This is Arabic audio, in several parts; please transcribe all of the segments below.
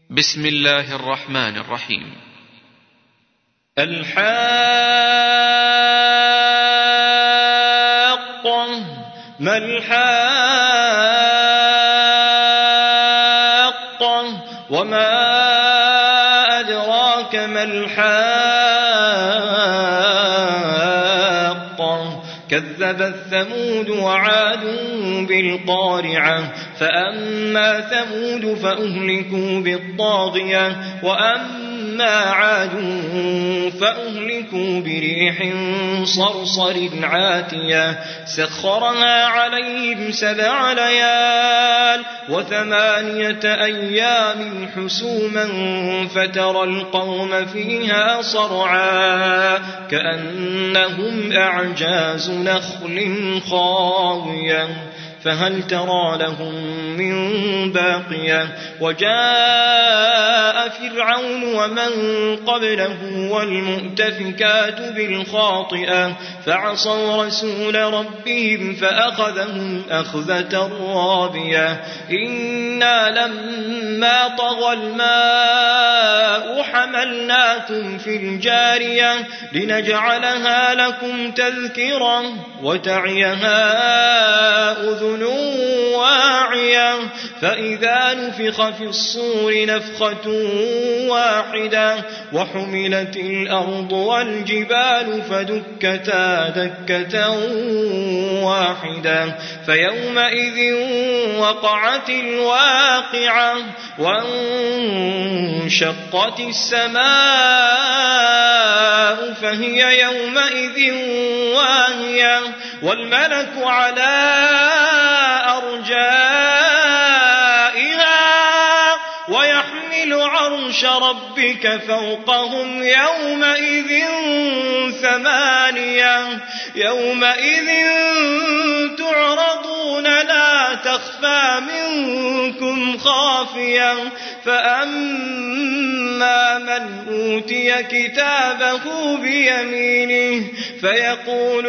بسم الله الرحمن الرحيم. الحاقة. ما الحاقة وما أدراك ما الحاقة. كذبت ثمود وعاد بالقارعة. فأما ثمود فأهلكوا بالطاغية وأما عاد فأهلكوا بريح صرصر عاتية سخرها عليهم 7 ليال و8 أيام حسوما فترى القوم فيها صرعا كأنهم أعجاز نخل خاوية فهل ترى لهم من باقية. وجاء فرعون ومن قبله والمؤتفكات بالخاطئة فعصوا رسول ربهم فأخذهم أخذة رابية. إنا لما طغى الماء حملناكم في الجارية لنجعلها لكم تذكرة وتعيها أذن واعية. فإذا نفخ في الصور نفخة واحدة وحملت الأرض والجبال فدكتا دكة واحدة فيومئذ وقعت الواقعة وانشقت السماء فهي يومئذ واهية والملك على أرجائها ويحمل عرش ربك فوقهم يومئذ 8 يومئذ تعرضون لا تخفى منكم خافية. فأما من أوتي كتابه بيمينه فيقول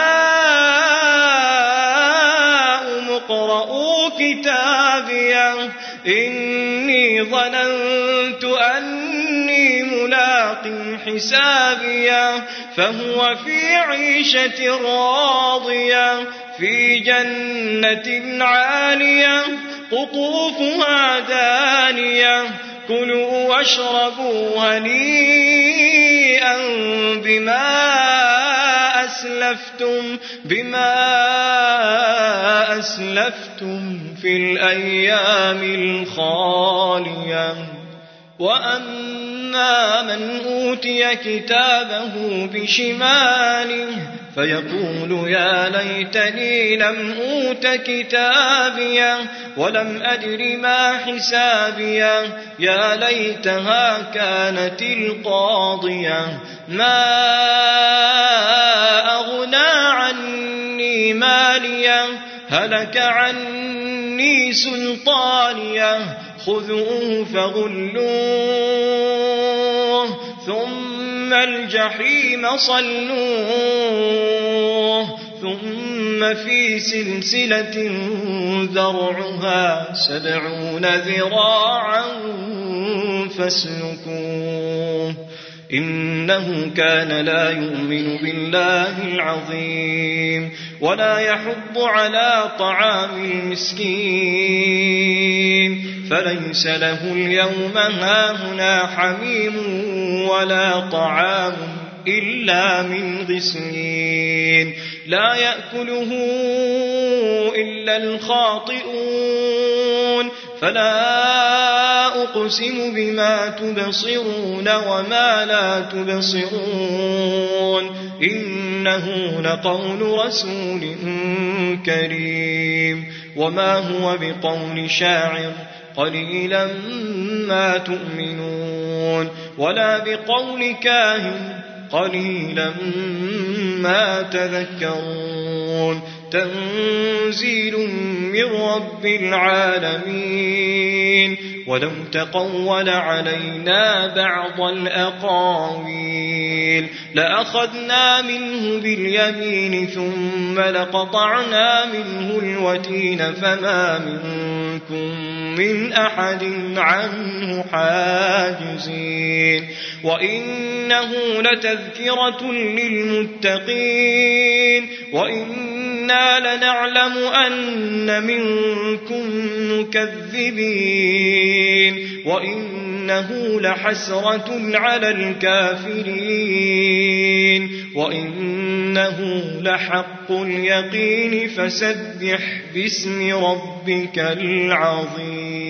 هاؤم اقرءوا كتابيه إني ظننت أني ملاق حسابيه فهو في عيشة راضية في جنة عالية قطوفها دانية كلوا واشربوا هنيئا بما أسلفتم في الأيام الخالية. وأما من أوتي كتابه بشماله فيقول يا ليتني لم أوت كتابيه ولم أدر ما حسابيه يا ليتها كانت القاضية ما أغنى عني ماليه هلك عني سلطانيه خذوه فغلوه ثم الجحيم صلوه ثم في سلسلة ذرعها 70 ذراعا فاسلكوه إنه كان لا يؤمن بالله العظيم ولا يحض على طعام المسكين فليس له اليوم هاهنا حميم ولا طعام إلا من غسلين لا يأكله إلا الخاطئون. فلا أقسم بما تبصرون وما لا تبصرون إنه لقول رسول كريم وما هو بقول شاعر قليلا ما تؤمنون ولا بقول كاهن قليلا ما تذكرون تنزيل من رب العالمين. ولو تقول علينا بعض الأقاويل لأخذنا منه باليمين ثم لقطعنا منه الوتين فما منكم من أحد عنه حاجزين وإنه لتذكرة للمتقين وإنا لنعلم أن منكم مكذبين وإنه لحسرة على الكافرين وإنه لحق اليقين فسبح باسم ربك العظيم.